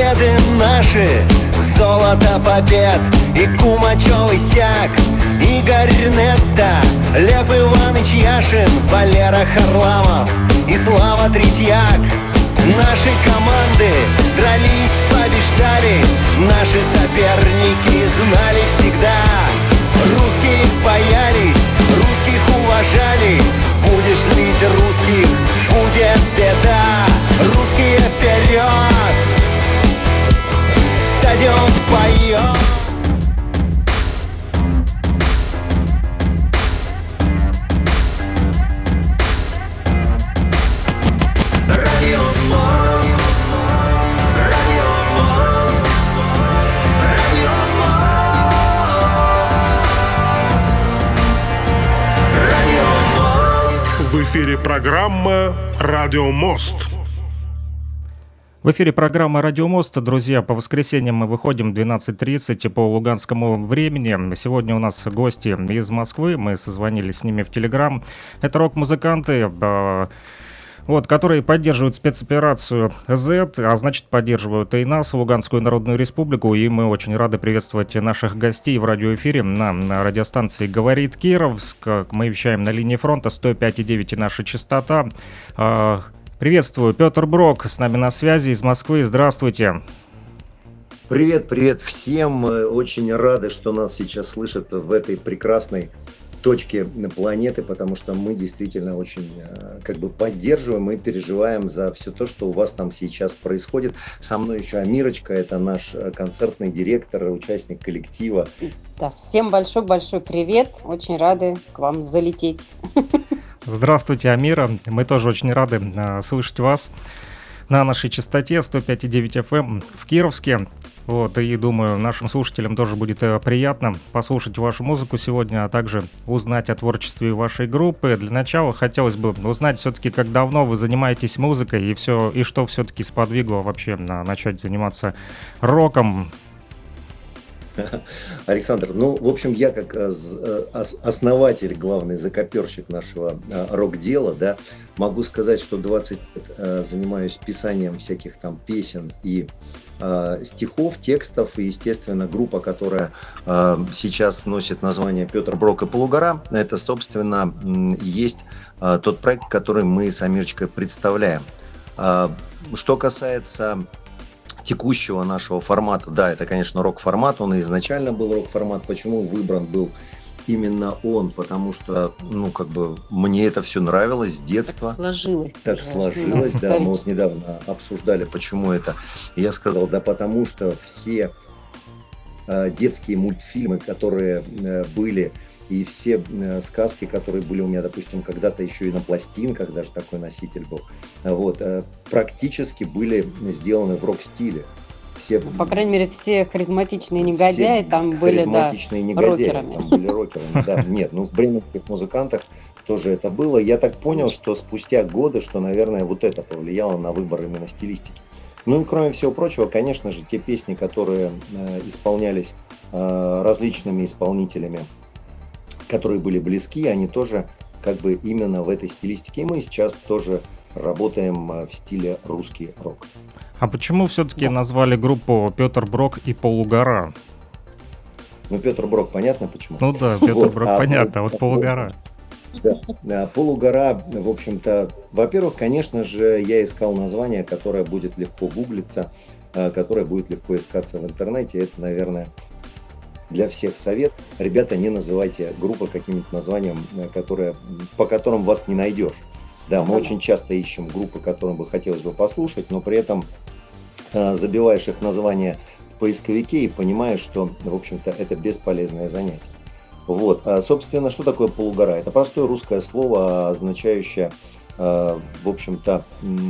победы наши, золото побед и кумачевый стяг. Игорь Нетта, Лев Иваныч Яшин, Валера Харламов и Слава Третьяк. Наши команды дрались, побеждали, наши соперники знали всегда. Русских боялись, русских уважали. Будешь злить русских, будет беда. Русские вперед! Стадион поет. В эфире программа «Радио Мост». В эфире программа «Радио Мост». Друзья, по воскресеньям мы выходим в 12:30 по луганскому времени. Сегодня у нас гости из Москвы. Мы созвонились с ними в Телеграм. Это рок-музыканты, которые поддерживают спецоперацию Z, а значит поддерживают и нас, Луганскую Народную Республику, и мы очень рады приветствовать наших гостей в радиоэфире на радиостанции «Говорит Кировск». Мы вещаем на линии фронта 105,9 и наша частота. Приветствую, Петр Брок с нами на связи из Москвы. Здравствуйте. Привет всем. Очень рады, что нас сейчас слышат в этой прекрасной точке планеты, потому что мы действительно очень поддерживаем и переживаем за все то, что у вас там сейчас происходит. Со мной еще Амирочка, это наш концертный директор, участник коллектива. Да, всем большой-большой привет, очень рады к вам залететь. Здравствуйте, Амира, мы тоже очень рады слышать вас на нашей частоте 105,9 FM в Кировске. И думаю, нашим слушателям тоже будет приятно послушать вашу музыку сегодня, а также узнать о творчестве вашей группы. Для начала хотелось бы узнать все-таки, как давно вы занимаетесь музыкой и что все-таки сподвигло вообще начать заниматься роком. Александр, в общем, я как основатель, главный закоперщик нашего рок-дела, да, могу сказать, что 20 лет занимаюсь писанием всяких там песен и стихов, текстов, и, естественно, группа, которая сейчас носит название Петр Брок и Полугора, это, собственно, есть тот проект, который мы с Амирочкой представляем. Что касается текущего нашего формата, да, это, конечно, рок-формат, он и изначально был рок-формат. Почему выбран был именно он? Потому что, мне это все нравилось с детства. Так сложилось, да. Мы недавно обсуждали, почему это. Я сказал, да потому что все детские мультфильмы, которые были, и все сказки, которые были у меня, допустим, когда-то еще и на пластинках, даже такой носитель был, практически были сделаны в рок-стиле. Все, по крайней мере, все харизматичные негодяи там были, рокерами. Там были рокерами, да. Нет, в бременских музыкантах тоже это было. Я так понял, что спустя годы, что, наверное, вот это повлияло на выбор именно стилистики. И кроме всего прочего, конечно же, те песни, которые исполнялись различными исполнителями, которые были близки, они тоже именно в этой стилистике. И мы сейчас тоже работаем в стиле русский рок. А почему все-таки назвали группу Петр Брок и Полугора? Петр Брок, понятно почему? Петр Брок, понятно, вот Полугора. Да, Полугора, в общем-то, во-первых, конечно же, я искал название, которое будет легко гуглиться, которое будет легко искаться в интернете. Это, наверное, для всех совет. Ребята, не называйте группы каким-нибудь названием, по которым вас не найдешь. Да, мы очень часто ищем группы, которым бы хотелось бы послушать, но при этом забиваешь их название в поисковике и понимаешь, что, в общем-то, это бесполезное занятие. Собственно, что такое Полугора? Это простое русское слово, означающее, в общем-то,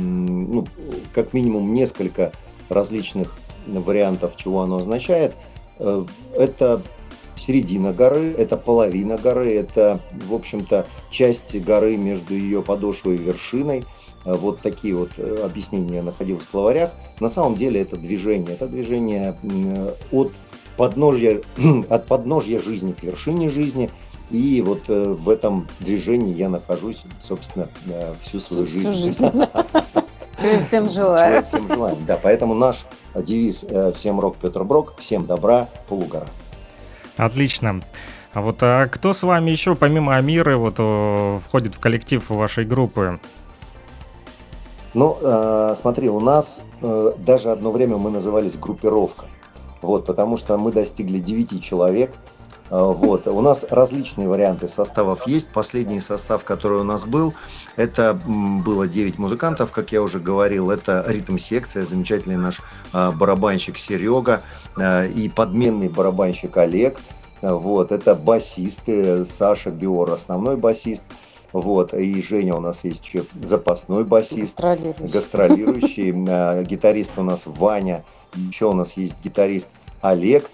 как минимум несколько различных вариантов, чего оно означает. Это середина горы, это половина горы, это, в общем-то, часть горы между ее подошвой и вершиной. Вот такие вот объяснения я находил в словарях. На самом деле это движение от подножья жизни к вершине жизни. И вот в этом движении я нахожусь, собственно, всю свою жизнь. Чего я всем Чего я желаю. всем желаю. Да, поэтому наш девиз «Всем рок, Петр Брок», всем добра, полугора. Отлично. А кто с вами еще, помимо Амиры, входит в коллектив вашей группы? Ну, смотри, у нас даже одно время мы назывались группировка. Потому что мы достигли 9 человек. У нас различные варианты составов есть. Последний состав, который у нас был, это было 9 музыкантов, как я уже говорил. Это ритм-секция, замечательный наш барабанщик Серега и подменный барабанщик Олег. Это басисты Саша Биор, основной басист. И Женя у нас есть еще запасной басист, гастролирующий. Гитарист у нас Ваня, еще у нас есть гитарист Олег,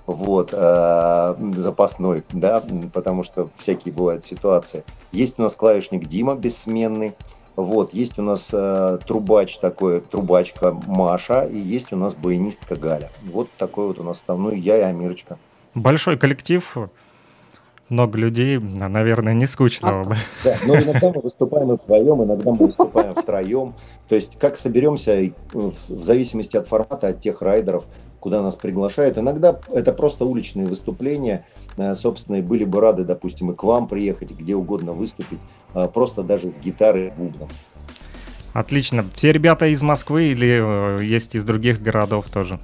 запасной, да, потому что всякие бывают ситуации. Есть у нас клавишник Дима, бессменный. Есть у нас трубачка Маша, и есть у нас баянистка Галя. Такой у нас основной, я и Амирочка. Большой коллектив, много людей, наверное, не скучно. Да, но иногда мы выступаем и вдвоем, иногда мы выступаем втроем. То есть как соберемся, в зависимости от формата, от тех райдеров, куда нас приглашают. Иногда это просто уличные выступления. Собственно, и были бы рады, допустим, и к вам приехать, где угодно выступить, просто даже с гитарой и бубном. Отлично. Все ребята из Москвы или есть из других городов тоже?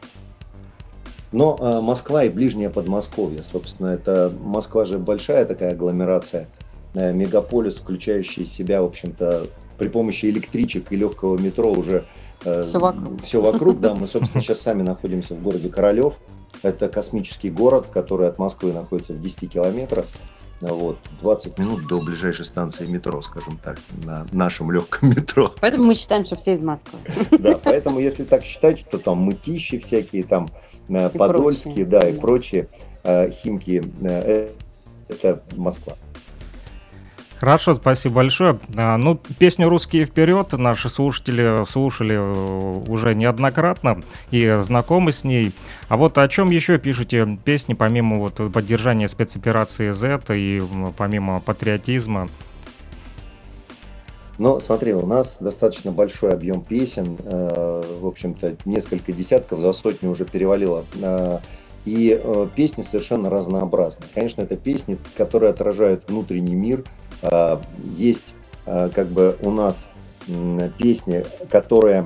Но Москва и ближнее Подмосковье, собственно, это Москва же большая такая агломерация, мегаполис, включающий в себя, в общем-то, при помощи электричек и легкого метро уже все вокруг. Да, мы, собственно, сейчас сами находимся в городе Королев. Это космический город, который от Москвы находится в 10 километрах. 20 минут до ближайшей станции метро, скажем так, на нашем легком метро. Поэтому мы считаем, что все из Москвы. Да, поэтому если так считать, что там мытищи всякие, там подольские, да, и прочие Химки, это Москва. Хорошо, спасибо большое. Песню «Русские вперед» наши слушатели слушали уже неоднократно и знакомы с ней. А о чем еще пишете песни, помимо поддержания спецоперации Z и помимо патриотизма? Смотри, у нас достаточно большой объем песен, в общем-то, несколько десятков, за сотню уже перевалило. И песни совершенно разнообразны. Конечно, это песни, которые отражают внутренний мир. Есть у нас песни, которые,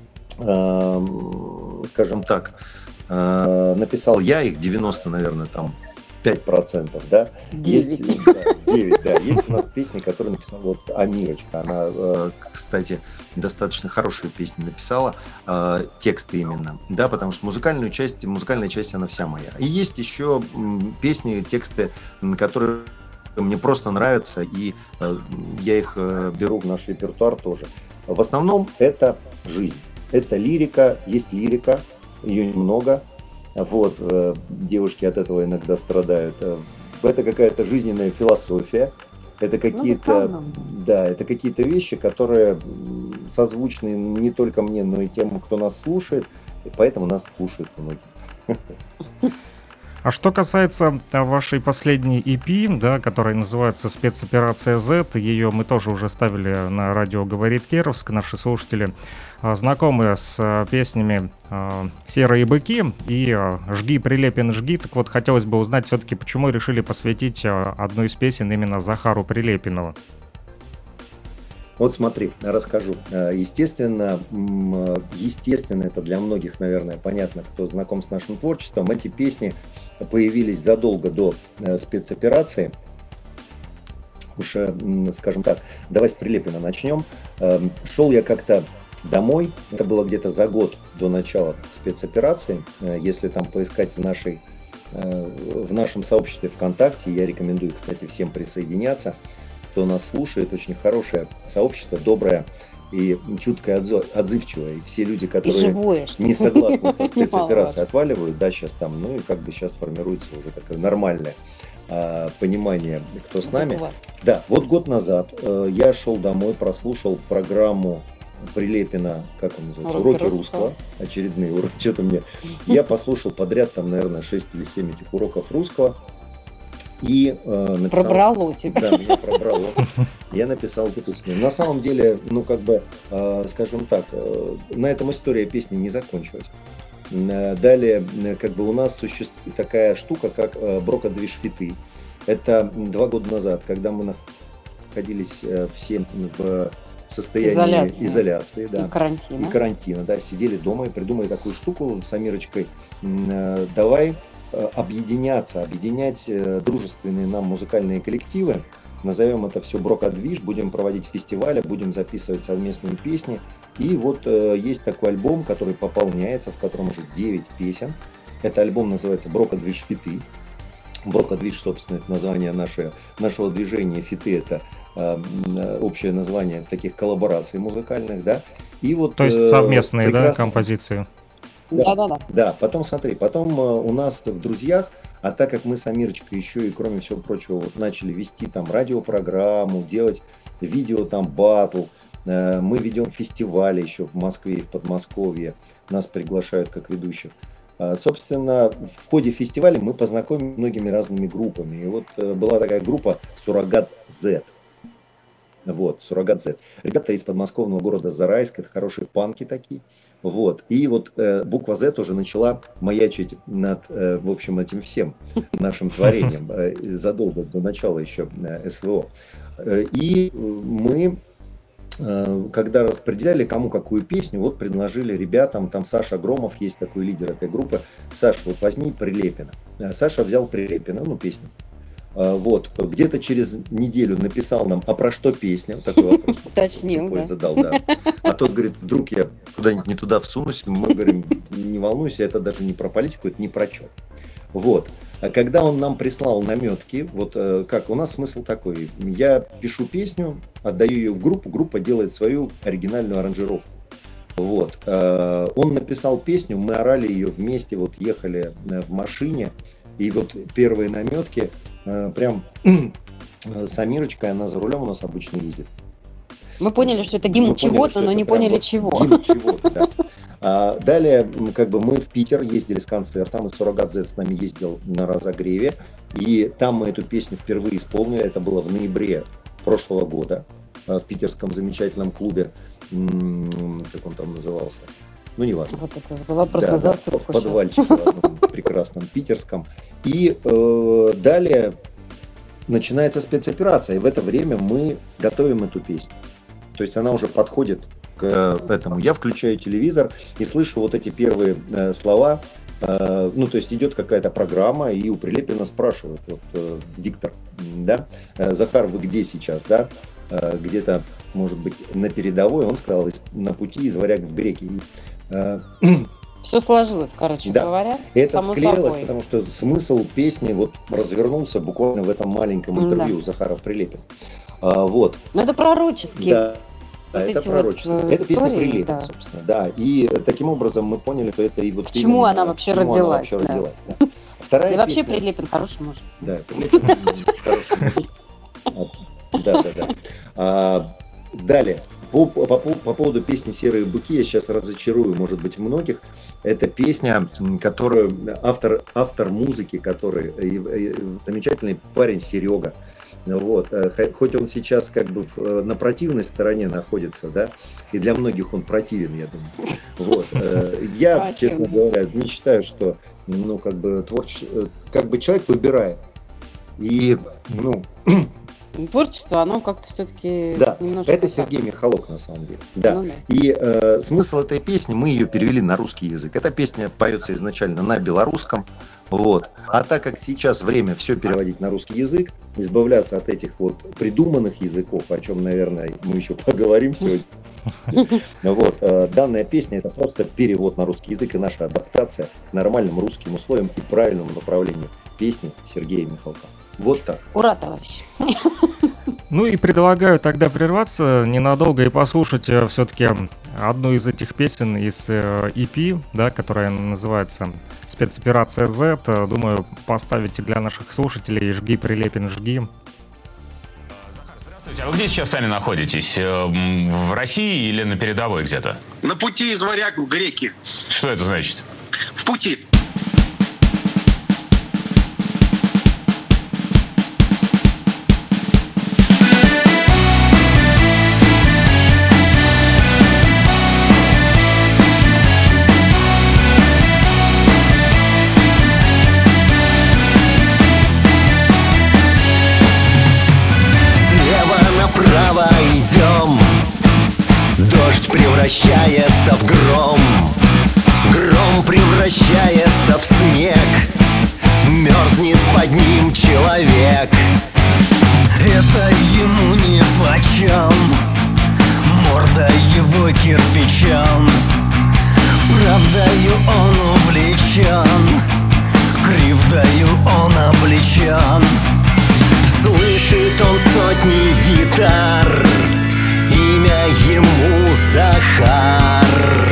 скажем так, написал я, их 90, наверное, 5%, да? 9, да. Есть у нас песни, которые написала Амирочка. Она, кстати, достаточно хорошие песни написала, тексты именно, да, потому что музыкальная часть она вся моя. И есть еще песни, тексты, которые мне просто нравятся, и я их беру в наш репертуар тоже. В основном это жизнь, это лирика, есть лирика, ее немного. Девушки от этого иногда страдают. Это какая-то жизненная философия. Это какие-то, это какие-то вещи, которые созвучны не только мне, но и тем, кто нас слушает. И поэтому нас слушают многие. А что касается вашей последней EP, да, которая называется «Спецоперация Z», ее мы тоже уже ставили на радио «Говорит Кировск». Наши слушатели знакомы с песнями «Серые быки» и «Жги, Прилепин, жги». Так хотелось бы узнать все-таки, почему решили посвятить одну из песен именно Захару Прилепину. Смотри, расскажу. Естественно, это для многих, наверное, понятно, кто знаком с нашим творчеством. Эти песни появились задолго до спецоперации. Уж, скажем так, давай с Прилепина начнем. Шел я как-то домой, это было где-то за год до начала спецоперации. Если там поискать в нашем сообществе ВКонтакте, я рекомендую, кстати, всем присоединяться, кто нас слушает, очень хорошее сообщество, доброе и чуткое, отзывчивое. И все люди, которые не согласны со спецоперацией, отваливают, да, сейчас там, сейчас формируется уже такое нормальное понимание, кто с нами. Да, год назад я шел домой, прослушал программу Прилепина, как он называется, «Уроки русского», очередные уроки, что-то мне. Я послушал подряд, наверное, 6 или 7 этих уроков русского. И написал... Пробрало тебя. Да, меня пробрало. Я написал эту песню. На самом деле, скажем так, на этом история песни не закончилась. Далее, у нас существует такая штука, как брокодвиж фиты. Это 2 года назад, когда мы находились все в состоянии изоляции, да, и карантина, да, сидели дома и придумали такую штуку с Амирочкой. Давай объединять дружественные нам музыкальные коллективы, назовем это все брокодвиж, будем проводить фестивали, будем записывать совместные песни. И вот есть такой альбом, который пополняется, в котором уже 9 песен. Это альбом называется «Брокодвиж фиты». Брокодвиж, собственно, это название нашего движения. Фиты — это общее название таких коллабораций музыкальных, да. И вот, то есть совместные, да, композиции? Да, потом смотри, у нас в «Друзьях», а так как мы с Амирочкой еще и, кроме всего прочего, вот начали вести там радиопрограмму, делать видео там батл, мы ведем фестивали еще в Москве и в Подмосковье, нас приглашают как ведущих. Собственно, в ходе фестиваля мы познакомились с многими разными группами. И вот была такая группа «Суррогат Z». Вот, «Суррогат Z». Ребята из подмосковного города Зарайск, это хорошие панки такие. Вот, и вот буква Z уже начала маячить над, в общем, этим всем нашим творением задолго до начала еще СВО. И мы, когда распределяли кому какую песню, вот предложили ребятам, там Саша Громов есть такой лидер этой группы, Саша, вот возьми Прилепина. Саша взял Прилепина, песню. Вот, где-то через неделю написал нам, а про что песня? Вот такой вопрос. Уточнил, да. Задал, да. А тот говорит, вдруг я куда-нибудь не туда всунусь. Мы говорим, не волнуйся, это даже не про политику, это не про что. Вот. А когда он нам прислал наметки, вот как у нас смысл такой. Я пишу песню, отдаю ее в группу, группа делает свою оригинальную аранжировку. Вот. Он написал песню, мы орали ее вместе, вот ехали в машине. И вот первые наметки, прям с Амирочкой, она за рулем у нас обычно ездит. Мы поняли, что это гимн чего-то, но не поняли чего. Гимн чего-то, да. Далее, мы в Питер ездили с концертом, и «Суррогат Z» с нами ездил на разогреве. И там мы эту песню впервые исполнили, это было в ноябре прошлого года в питерском замечательном клубе, как он там назывался. Неважно. Вот это за вопрос на засыпку. В подвальчике прекрасном питерском. И далее начинается спецоперация. И в это время мы готовим эту песню. То есть она уже подходит к этому. Я включаю телевизор и слышу вот эти первые слова. То есть идет какая-то программа, и у Прилепина спрашивают, диктор, да, Захар, вы где сейчас, да? Где-то, может быть, на передовой. Он сказал, на пути из Варяг в Греки. Все сложилось, говоря. Это склеилось, потому что смысл песни развернулся буквально в этом маленьком интервью у Захара Прилепина. Вот. Но это пророческий. Да. Это пророчество. Это песня Прилепина, собственно. Да. И таким образом мы поняли, что это и вот... Почему она вообще родилась. Да. Вторая и вообще песня... Прилепин хороший мужик. Да, Прилепин хороший мужик. Да. Далее. По поводу песни «Серые быки» я сейчас разочарую, может быть, многих. Это песня, которую автор музыки, который замечательный парень Серега. Вот. Хоть он сейчас на противной стороне находится, да, и для многих он противен, я думаю. Вот. Я, честно говоря, не считаю, что человек выбирает. И, творчество, оно как-то все-таки немножко... Это Сергей Михалок, на самом деле. Да. И смысл этой песни, мы ее перевели на русский язык. Эта песня поется изначально на белорусском. Вот. А так как сейчас время все переводить на русский язык, избавляться от этих придуманных языков, о чем, наверное, мы еще поговорим сегодня. Вот. Данная песня — это просто перевод на русский язык и наша адаптация к нормальным русским условиям и правильному направлению песни Сергея Михалка. Вот так. Ура, товарищ! И предлагаю тогда прерваться ненадолго и послушать все-таки одну из этих песен из EP, да, которая называется «Спецоперация Z». Думаю, поставите для наших слушателей «Жги, Прилепин, жги». Захар, здравствуйте. А вы где сейчас сами находитесь? В России или на передовой где-то? На пути из Варяг в Греки. Что это значит? В пути. превращается в гром, гром превращается в снег, мерзнет под ним человек. Это ему нипочем, морда его кирпичом, правдою он увлечен, кривдою он облечен. Слышит он сотни гитар, имя ему Захар.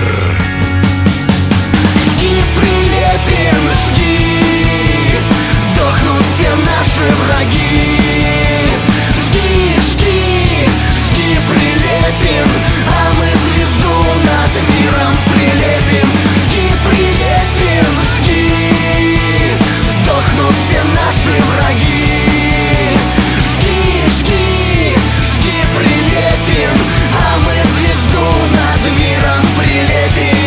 Жги, Прилепин, жги, сдохнут все наши враги. Жги, жги, жги, Прилепин, а мы звезду над миром прилепим. Жги, Прилепин, жги, сдохнут все наши враги. Жги, жги, жги, Прилепин, а мы звезду над миром прилепим.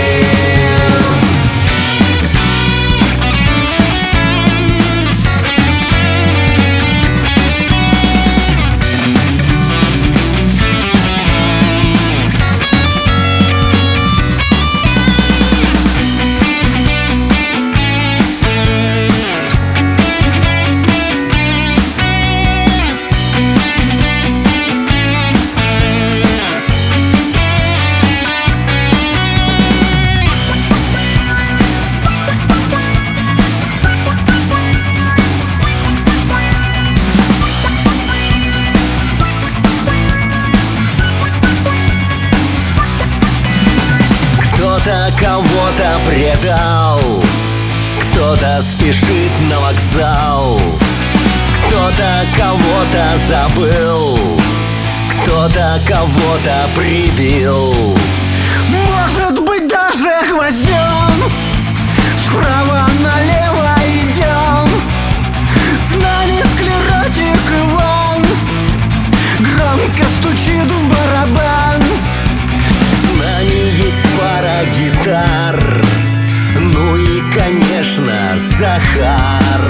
Кто-то кого-то предал, кто-то спешит на вокзал, кто-то кого-то забыл, кто-то кого-то прибил. Может быть, даже гвоздем справа налево идем. С нами склеротик Иван громко стучит в барабан. С нами есть пара гитар, ну и, конечно, Захар.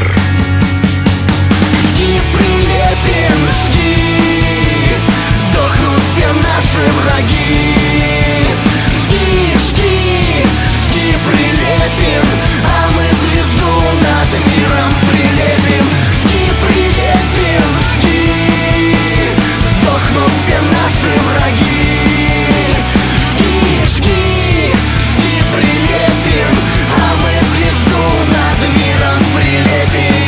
Жги, Прилепин, жги, сдохнут все наши враги. Жги, жги, жги, Прилепин, а мы звезду над миром прилепим. Жги, Прилепин, жги, сдохнут все наши враги. Жги, жги, жги, Прилепин, а мы звезду над миром прилепим.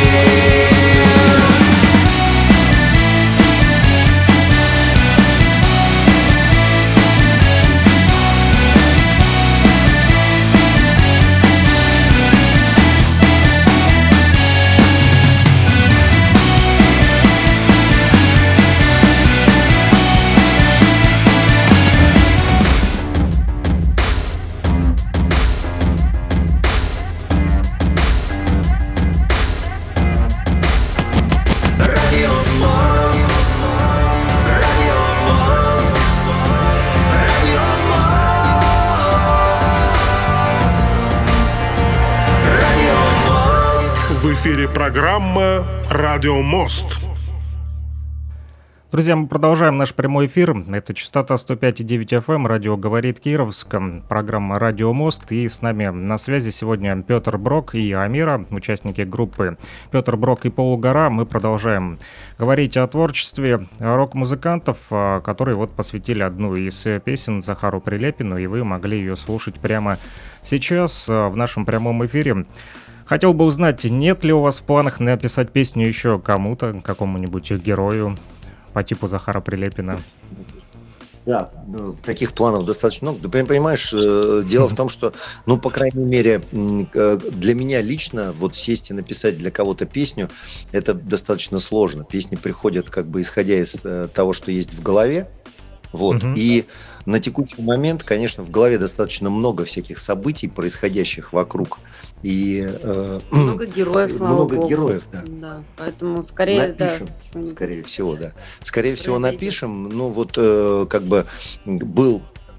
В эфире программа «Радио Мост». Друзья, мы продолжаем наш прямой эфир. Это частота 105,9 FM, радио «Говорит Кировск», программа «Радио Мост». И с нами на связи сегодня Петр Брок и Амира, участники группы Петр Брок и Полугора. Мы продолжаем говорить о творчестве рок-музыкантов, которые вот посвятили одну из песен Захару Прилепину, и вы могли ее слушать прямо сейчас в нашем прямом эфире. Хотел бы узнать, нет ли у вас в планах написать песню еще кому-то, какому-нибудь герою по типу Захара Прилепина? Да, таких планов достаточно много. Ты понимаешь, дело в том, что, ну, по крайней мере, для меня лично вот сесть и написать для кого-то песню, это достаточно сложно. Песни приходят как бы исходя из того, что есть в голове. Вот. И на текущий момент, конечно, в голове достаточно много всяких событий, происходящих вокруг. И много героев, слава много богу. Героев, да. Да, поэтому скорее напишем, да, скорее всего, да. Скорее всего, напишем. Ну, вот как бы был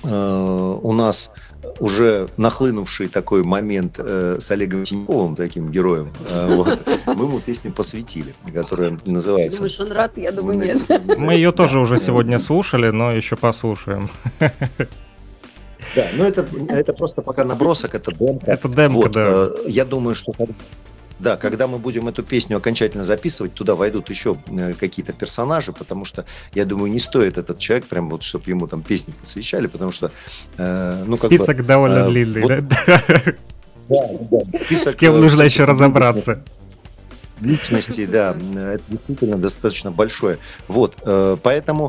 у нас уже нахлынувший такой момент с Олегом Тиньковым, таким героем, мы ему песню посвятили, которая называется... Думаешь, он рад? Я думаю, нет. Мы ее тоже уже сегодня слушали, но еще послушаем. Да, но это просто пока набросок, это демка. Это демка, да. Я думаю, что... Да, когда мы будем эту песню окончательно записывать, туда войдут еще какие-то персонажи, потому что, я думаю, не стоит этот человек, прям вот, чтобы ему там песни посвящали, потому что... список довольно длинный, вот, да? Да, список, с кем нужно еще разобраться. Личности, да, это действительно достаточно большое. Вот, поэтому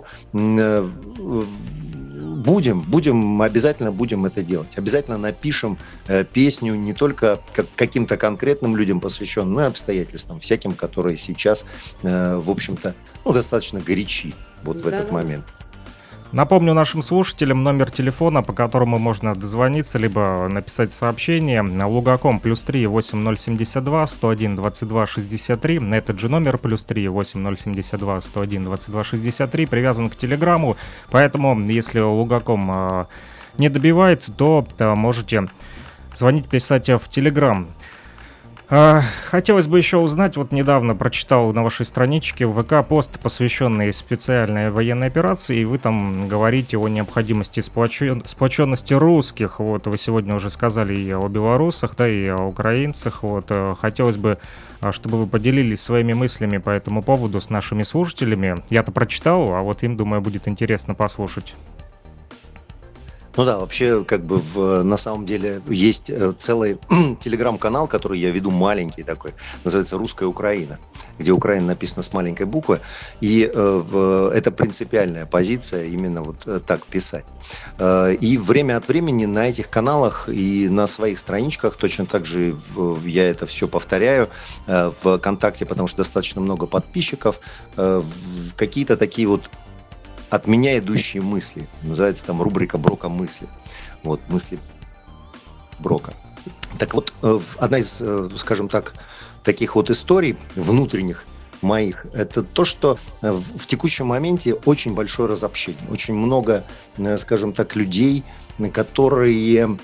обязательно будем это делать. Обязательно напишем песню не только каким-то конкретным людям посвященным, но и обстоятельствам, всяким, которые сейчас, в общем-то, достаточно горячи вот в этот момент. Напомню нашим слушателям номер телефона, по которому можно дозвониться, либо написать сообщение. Лугаком +3 8072 101 22 63. На этот же номер +3 8072 101 22 63 привязан к Телеграмму. Поэтому, если Лугаком не добивает, то можете звонить, писать в Телеграм. Хотелось бы еще узнать, вот недавно прочитал на вашей страничке в ВК пост, посвященный специальной военной операции, и вы там говорите о необходимости сплоченности русских. Вот вы сегодня уже сказали и о белорусах, да, и о украинцах. Вот хотелось бы, чтобы вы поделились своими мыслями по этому поводу с нашими слушателями. Я-то прочитал, а вот им, думаю, будет интересно послушать. Ну да, вообще, как бы на самом деле есть целый телеграм-канал, который я веду, маленький такой, называется «Русская Украина», где Украина написано с маленькой буквы, и это принципиальная позиция именно вот так писать. И время от времени на этих каналах и на своих страничках, точно так же я это все повторяю в ВКонтакте, потому что достаточно много подписчиков, какие-то такие вот от меня идущие мысли. Называется там рубрика «Брока мысли». Вот, мысли Брока. Так вот, одна из, скажем так, таких вот историй внутренних моих, это то, что в текущем моменте очень большое разобщение. Очень много, скажем так, людей, которые...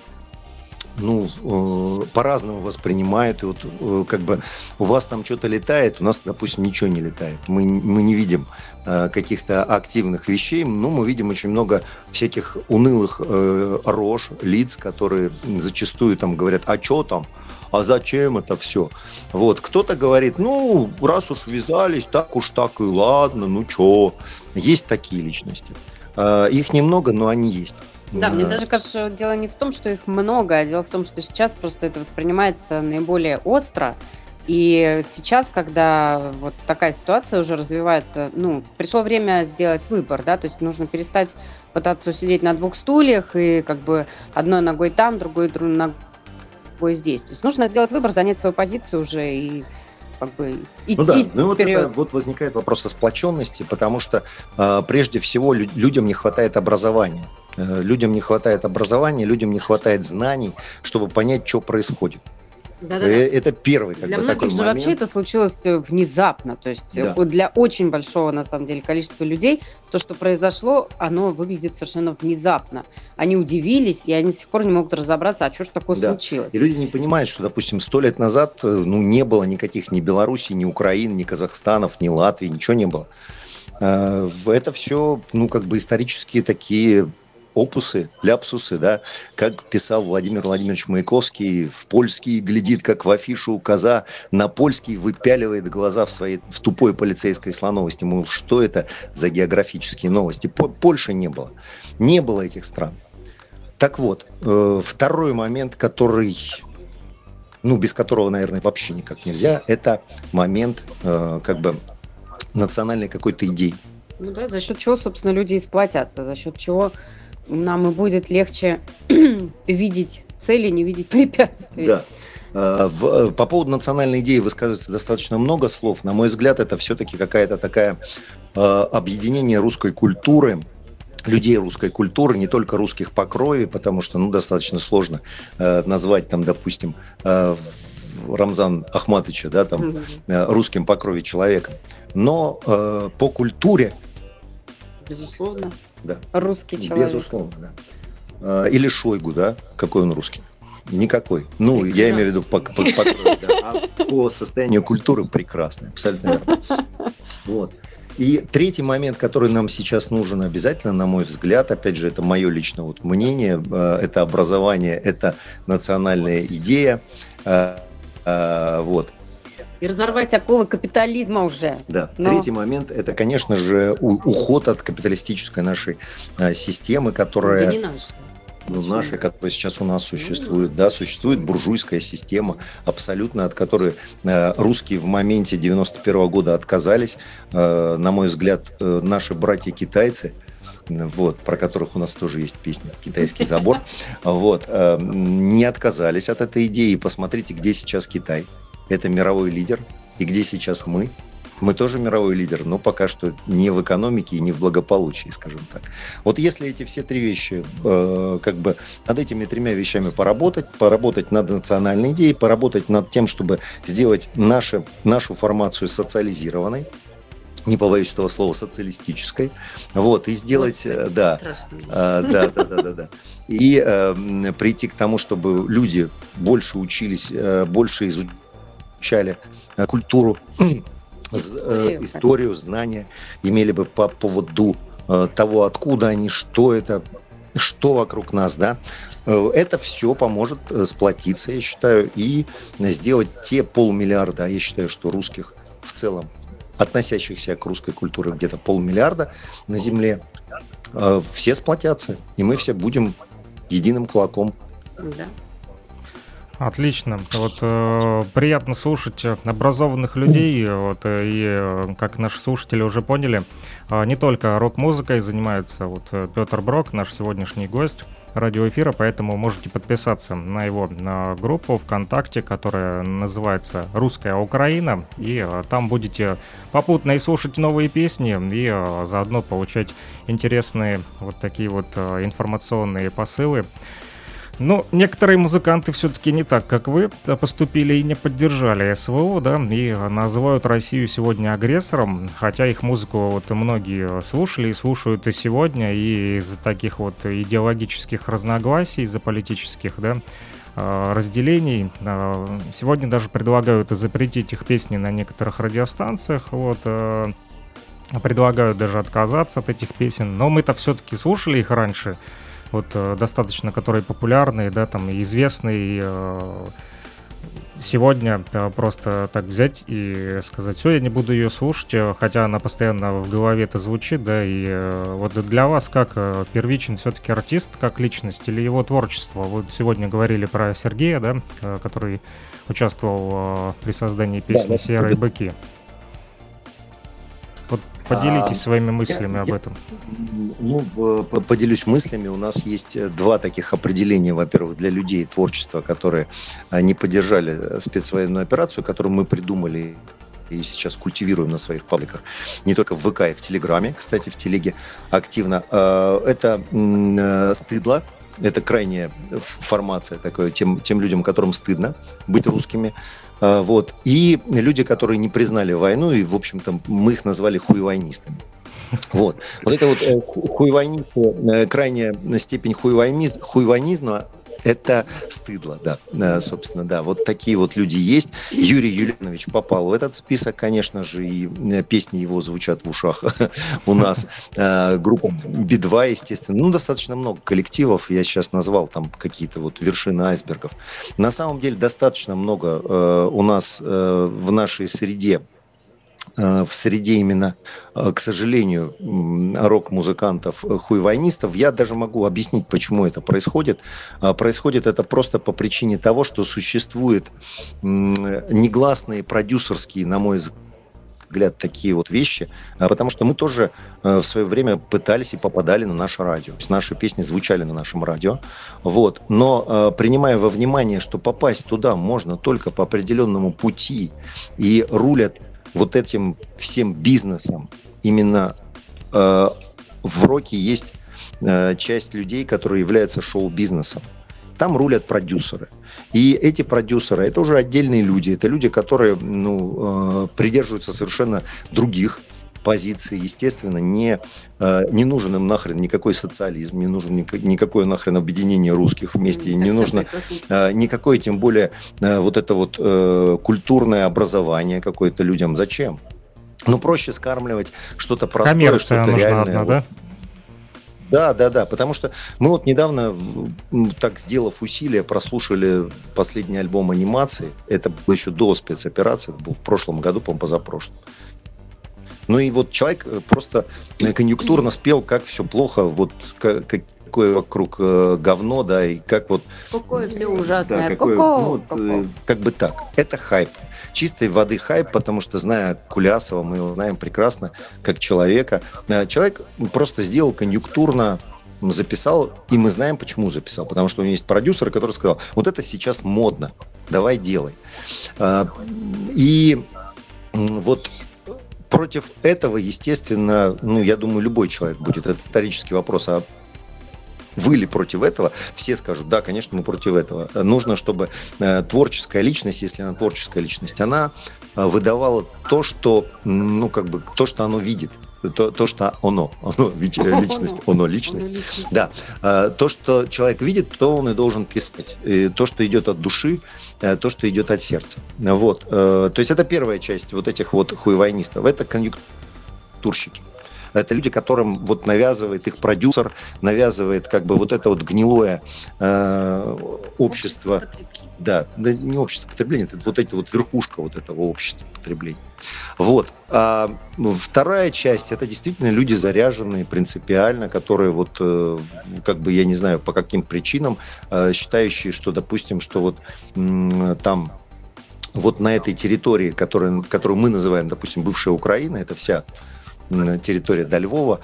по-разному воспринимают. И вот как бы у вас там что-то летает, у нас, допустим, ничего не летает. Мы не видим каких-то активных вещей, но мы видим очень много всяких унылых рож, лиц, которые зачастую там говорят: а что там? А зачем это все? Вот, кто-то говорит: раз уж ввязались, так уж так и ладно, чё. Есть такие личности. Их немного, но они есть. Да, мне даже кажется, что дело не в том, что их много, а дело в том, что сейчас просто это воспринимается наиболее остро. И сейчас, когда вот такая ситуация уже развивается, пришло время сделать выбор, да, то есть нужно перестать пытаться усидеть на двух стульях и как бы одной ногой там, другой ногой здесь. То есть нужно сделать выбор, занять свою позицию уже и как бы идти вперед. Вот возникает вопрос о сплоченности, потому что прежде всего людям не хватает образования. Людям не хватает образования, людям не хватает знаний, чтобы понять, что происходит. Да-да-да. Это первый для такой многих же момент. вообще это случилось внезапно. То есть для очень большого, на самом деле, количества людей то, что произошло, оно выглядит совершенно внезапно. Они удивились, и они до сих пор не могут разобраться, а что ж такое случилось. И люди не понимают, что, допустим, 100 лет назад не было никаких ни Белоруссии, ни Украины, ни Казахстанов, ни Латвии, ничего не было. Это все, исторические такие... опусы, ляпсусы, да, как писал Владимир Владимирович Маяковский: в польский глядит, как в афишу коза, на польский выпяливает глаза в тупой полицейской слоновости. Мол, что это за географические новости? Польши не было. Не было этих стран. Так вот, второй момент, который, без которого, наверное, вообще никак нельзя, это момент, национальной какой-то идеи. За счет чего, собственно, люди и сплотятся, за счет чего нам и будет легче видеть цели, не видеть препятствий. Да. По поводу национальной идеи высказывается достаточно много слов. На мой взгляд, это все-таки какая-то такая объединение русской культуры, людей русской культуры, не только русских по крови, потому что достаточно сложно назвать там, допустим, Рамзан Ахматовича, да, там, русским по крови человеком, но по культуре. Безусловно. Да. Русский человек. Безусловно, да. Или Шойгу, да? Какой он русский? Никакой. Ну, я имею в виду по крови, да. А по состоянию культуры прекрасный, абсолютно верно. Вот. И третий момент, который нам сейчас нужен обязательно, на мой взгляд, опять же, это мое личное вот мнение, это образование, это национальная идея. Вот. И разорвать оковы капитализма уже. Да. Третий момент – это, конечно же, уход от капиталистической нашей системы, которая… Да не наша. Нашей, которая сейчас у нас существует. Да, существует буржуйская система, абсолютно, от которой русские в моменте 91 года отказались. На мой взгляд, наши братья-китайцы, вот, про которых у нас тоже есть песня «Китайский забор», вот, не отказались от этой идеи. Посмотрите, где сейчас Китай. Это мировой лидер. И где сейчас мы? Мы тоже мировой лидер, но пока что не в экономике и не в благополучии, скажем так. Вот если эти все три вещи, как бы над этими тремя вещами поработать над национальной идеей, поработать над тем, чтобы сделать нашу формацию социализированной, не побоюсь этого слова, социалистической, вот, и сделать, да, и прийти к тому, чтобы люди больше учились, больше изучали культуру, историю, знания, имели бы по поводу того, откуда они, что это, что вокруг нас, да, это все поможет сплотиться, я считаю, и сделать те 500 миллиарда, а я считаю, что русских в целом, относящихся к русской культуре, где-то 500 миллиарда на земле, все сплотятся, и мы все будем единым кулаком. Да. Отлично. Вот приятно слушать образованных людей. Вот, и как наши слушатели уже поняли, не только рок-музыкой занимается вот Петр Брок, наш сегодняшний гость радиоэфира, поэтому можете подписаться на его группу ВКонтакте, которая называется «Русская Украина», и там будете попутно и слушать новые песни, и заодно получать интересные вот такие вот информационные посылы. Ну, некоторые музыканты все-таки не так, как вы, поступили и не поддержали СВО, да, и называют Россию сегодня агрессором, хотя их музыку вот многие слушали и слушают и сегодня, и из-за таких вот идеологических разногласий, из-за политических, да, разделений. Сегодня даже предлагают запретить их песни на некоторых радиостанциях, вот, предлагают даже отказаться от этих песен, но мы-то все-таки слушали их раньше, вот, достаточно, которые популярные, да, там, и известные, сегодня просто так взять и сказать: все, я не буду ее слушать, хотя она постоянно в голове-то звучит, да, и вот для вас как первичен все-таки артист, как личность, или его творчество? Вы сегодня говорили про Сергея, да, который участвовал при создании песни «Серые быки». Вот поделитесь своими мыслями об этом. Ну, поделюсь мыслями. У нас есть два таких определения, во-первых, для людей творчества, которые не поддержали спецвоенную операцию, которую мы придумали и сейчас культивируем на своих пабликах, не только в ВК и в Телеграме, кстати, в Телеге активно. Это стыдло. Это крайняя формация такая тем людям, которым стыдно быть русскими. Вот. И люди, которые не признали войну, и, в общем-то, мы их назвали хуевойнистами. Вот. Вот это вот хуевойнисты, крайняя степень хуевойнизма, это стыдло, да, собственно, да. Вот такие вот люди есть. Юрий Юлианович попал в этот список, конечно же, и песни его звучат в ушах у нас. Группа Би-2, естественно. Ну, достаточно много коллективов. Я сейчас назвал там какие-то вот вершины айсбергов. На самом деле достаточно много у нас в нашей среде, в среде именно, к сожалению, рок-музыкантов, хуевойнистов. Я даже могу объяснить, почему это происходит. Происходит это просто по причине того, что существуют негласные продюсерские, на мой взгляд, такие вот вещи, потому что мы тоже в свое время пытались и попадали на наше радио. Наши песни звучали на нашем радио. Вот. Но принимая во внимание, что попасть туда можно только по определенному пути, и рулят вот этим всем бизнесом, именно в роке есть часть людей, которые являются шоу-бизнесом. Там рулят продюсеры. И эти продюсеры, это уже отдельные люди. Это люди, которые придерживаются совершенно других позиции, естественно, не нужен им нахрен никакой социализм, не нужен никакое нахрен объединение русских вместе, не нужно никакое, тем более, вот это вот культурное образование какое-то людям. Зачем? Ну, проще скармливать что-то простое, Коммерция что-то нужна реальное. одна, да? Да, потому что мы вот недавно, так сделав усилия, прослушали последний альбом анимации. Это было еще до спецоперации, это был в прошлом году, по-моему, позапрошлом. Ну и вот человек просто конъюнктурно спел, как все плохо, вот какое вокруг говно, да, и как вот... Какое все ужасное, да, как бы так. Это хайп. Чистой воды хайп, потому что, зная Кулясова, мы его знаем прекрасно, как человека. Человек просто сделал конъюнктурно, записал, и мы знаем, почему записал. Потому что у него есть продюсер, который сказал, вот это сейчас модно, давай делай. И вот против этого, естественно, ну, я думаю, любой человек будет. Это риторический вопрос, а вы ли против этого? Все скажут, да, конечно, мы против этого. Нужно, чтобы творческая личность, если она творческая личность, она выдавала то, что, ну, как бы, то, что оно видит. То, что оно ведь личность, личность. Да, то, что человек видит, то он и должен писать. И то, что идет от души, то, что идет от сердца. Вот. То есть это первая часть вот этих вот хуевойнистов. Это конъюнктурщики. Это люди, которым вот навязывает их продюсер, навязывает как бы вот это вот гнилое общество. Да, не общество потребления, это вот эти вот верхушка вот этого общества потребления. Вот. А вторая часть — это действительно люди заряженные принципиально, которые вот как бы, я не знаю, по каким причинам, считающие, что, допустим, что вот там вот на этой территории, которую мы называем, допустим, бывшая Украина, это вся территория до Львова,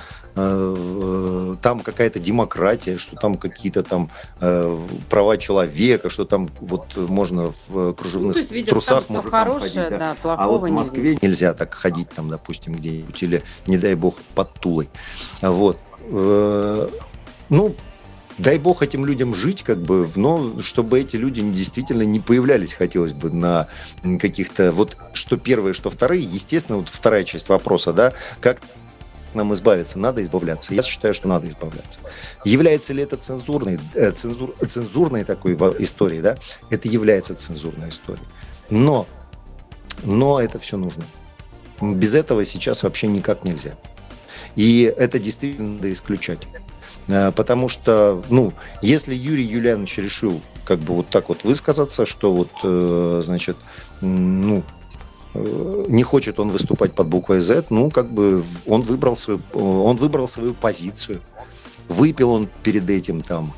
там какая-то демократия, что там какие-то там права человека, что там вот можно в кружевных трусах можно хорошее, ходить, да, а вот в Москве нельзя так ходить там, допустим, где-нибудь, или, не дай бог, под Тулой. Вот. Ну, дай бог этим людям жить, как бы, но чтобы эти люди действительно не появлялись, хотелось бы, на каких-то, вот, что первые, что вторые, естественно, вот вторая часть вопроса, да, как нам избавиться, надо избавляться. Я считаю, что надо избавляться. Является ли это цензурной такой историей, да? Это является цензурной историей. Но это все нужно. Без этого сейчас вообще никак нельзя. И это действительно надо исключать. Потому что, ну, если Юрий Юлианович решил как бы вот так вот высказаться, что вот, значит, ну, не хочет он выступать под буквой Z, ну, как бы он выбрал свою позицию. Выпил он перед этим там,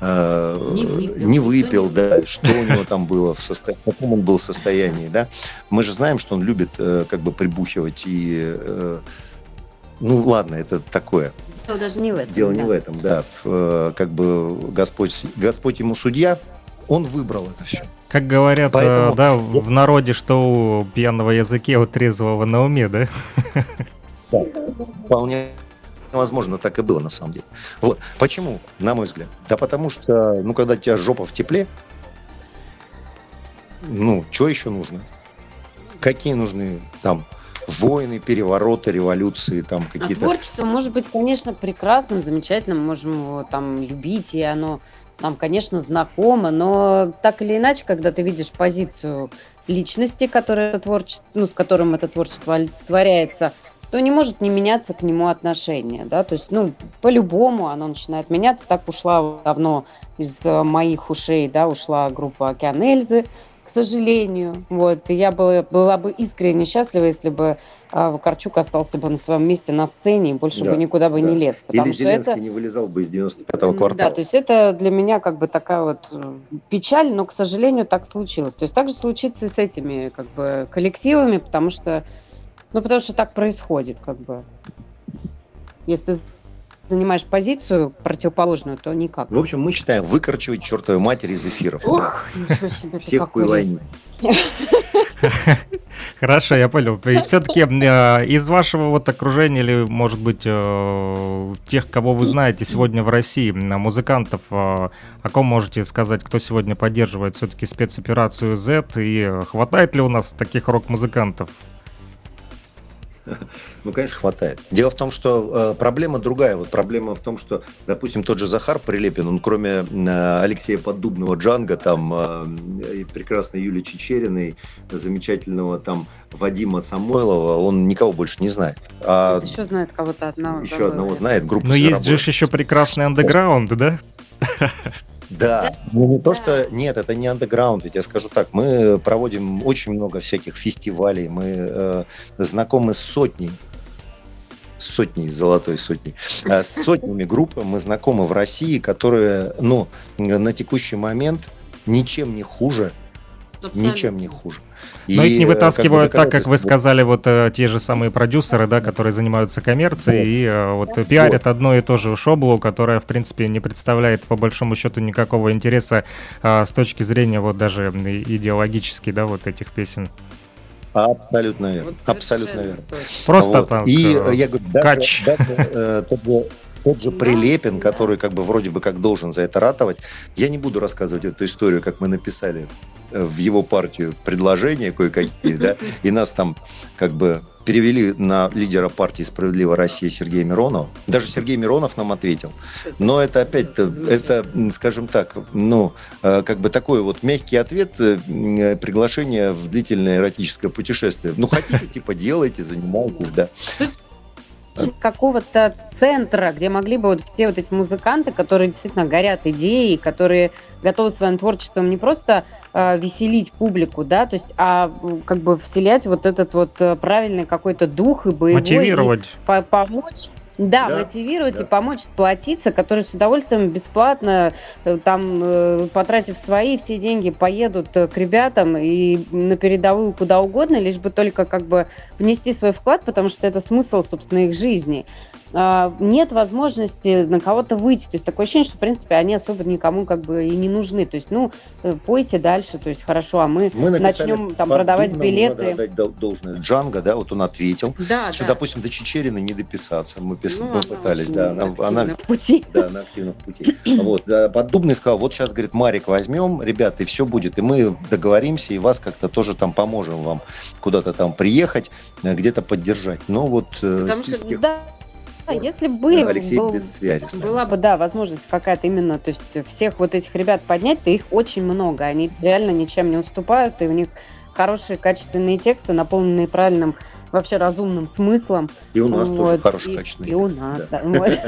не выпил, да, что у него там было, в каком он был состоянии, да. Мы же знаем, что он любит как бы прибухивать и... Ну, ладно, это такое. Дело даже не в этом. Дело не в этом, да. Как бы Господь ему судья, он выбрал это все. Как говорят, поэтому... да, в народе, что у пьяного языке, у трезвого на уме, да? Да, вполне возможно, так и было на самом деле. Вот. Почему, на мой взгляд? Да потому что, ну, когда у тебя жопа в тепле, ну, что еще нужно? Какие нужны там войны, перевороты, революции, там какие-то... Творчество может быть, конечно, прекрасным, замечательным, мы можем его там любить, и оно нам, конечно, знакомо, но так или иначе, когда ты видишь позицию личности, которая творчество, ну, с которым это творчество олицетворяется, то не может не меняться к нему отношение, да, то есть, ну, по-любому оно начинает меняться. Так ушла давно из моих ушей, да, ушла группа «Океан Эльзы», к сожалению. Вот. И я была бы искренне счастлива, если бы Вакарчук остался бы на своем месте на сцене и больше бы никуда бы не лез. Потому или что Зеленский это... не вылезал бы из 95-го квартала. Да, то есть это для меня как бы такая вот печаль, но, к сожалению, так случилось. То есть так же случится и с этими как бы коллективами, потому что так происходит, как бы. Если занимаешь позицию противоположную, то никак. В общем, мы считаем выкорчевать чертовой матери из эфиров. Ох, ничего себе. Всех хуй. Хорошо, я понял. И все-таки из вашего вот окружения или, может быть, тех, кого вы знаете сегодня в России, музыкантов, о ком можете сказать, кто сегодня поддерживает все-таки спецоперацию Z, и хватает ли у нас таких рок-музыкантов? Ну, конечно, хватает. Дело в том, что проблема другая. Вот проблема в том, что, допустим, тот же Захар Прилепин, он кроме Алексея Поддубного, Джанга, там, и прекрасной Юлии Чичериной, замечательного там Вадима Самойлова, он никого больше не знает. Вот еще знает кого-то одного. Еще одного знает, группа. Но есть же еще прекрасный андеграунд, да? Да, ну не то, что... Нет, это не андеграунд, я тебе скажу так. Мы проводим очень много всяких фестивалей, мы знакомы с сотней, золотой сотней, с сотнями групп мы знакомы в России, которые, ну, на текущий момент ничем не хуже. Абсолютно. Ничем не хуже. Но их не вытаскивают как бы, так, как вы сказали, вот те же самые продюсеры, да, которые занимаются коммерцией, и вот пиарят одно и то же шоблу, которое, в принципе, не представляет по большому счету никакого интереса с точки зрения вот даже идеологически, да, вот этих песен. Абсолютно верно. Вот Абсолютно верно. Просто Вот. там И я говорю, кач. даже тот же Прилепин, который как бы вроде бы как должен за это ратовать. Я не буду рассказывать эту историю, как мы написали в его партию предложения кое-какие, да, и нас там как бы перевели на лидера партии «Справедливая Россия» Сергея Миронова. Даже Сергей Миронов нам ответил. Но это опять, это, скажем так, ну, как бы такой вот мягкий ответ, приглашение в длительное эротическое путешествие. Ну, хотите, типа, делайте, занимайтесь, да. Какого-то центра, где могли бы вот все вот эти музыканты, которые действительно горят идеей, которые готовы своим творчеством не просто веселить публику, да, то есть, а как бы вселять вот этот вот правильный какой-то дух и боевой. Мотивировать. И помочь. Да, мотивировать и помочь сплотиться, которые с удовольствием бесплатно, там, потратив свои все деньги, поедут к ребятам и на передовую куда угодно, лишь бы только как бы внести свой вклад, потому что это смысл, собственно, их жизни. Нет возможности на кого-то выйти. То есть такое ощущение, что, в принципе, они особо никому как бы и не нужны. То есть, ну, пойте дальше, то есть хорошо, а мы начнем там продавать билеты. Надо отдать должное. Джанго, да, вот он ответил, Да, что, да. допустим, до Чичерины не дописаться. Мы пытались, очень да. Она в пути. Да, она активно в пути. Вот. Поддубный сказал, вот сейчас, говорит, Марик возьмем, ребята, и все будет. И мы договоримся, и вас как-то тоже там поможем вам куда-то там приехать, где-то поддержать. Но вот Потому что, да, если были, Алексей без связи с нами. была бы, да, возможность какая-то именно, то есть всех вот этих ребят поднять, то их очень много. Они реально ничем не уступают, и у них хорошие, качественные тексты, наполненные правильным, вообще разумным смыслом. И у нас тоже хорошие, и, качественные. И у нас, да.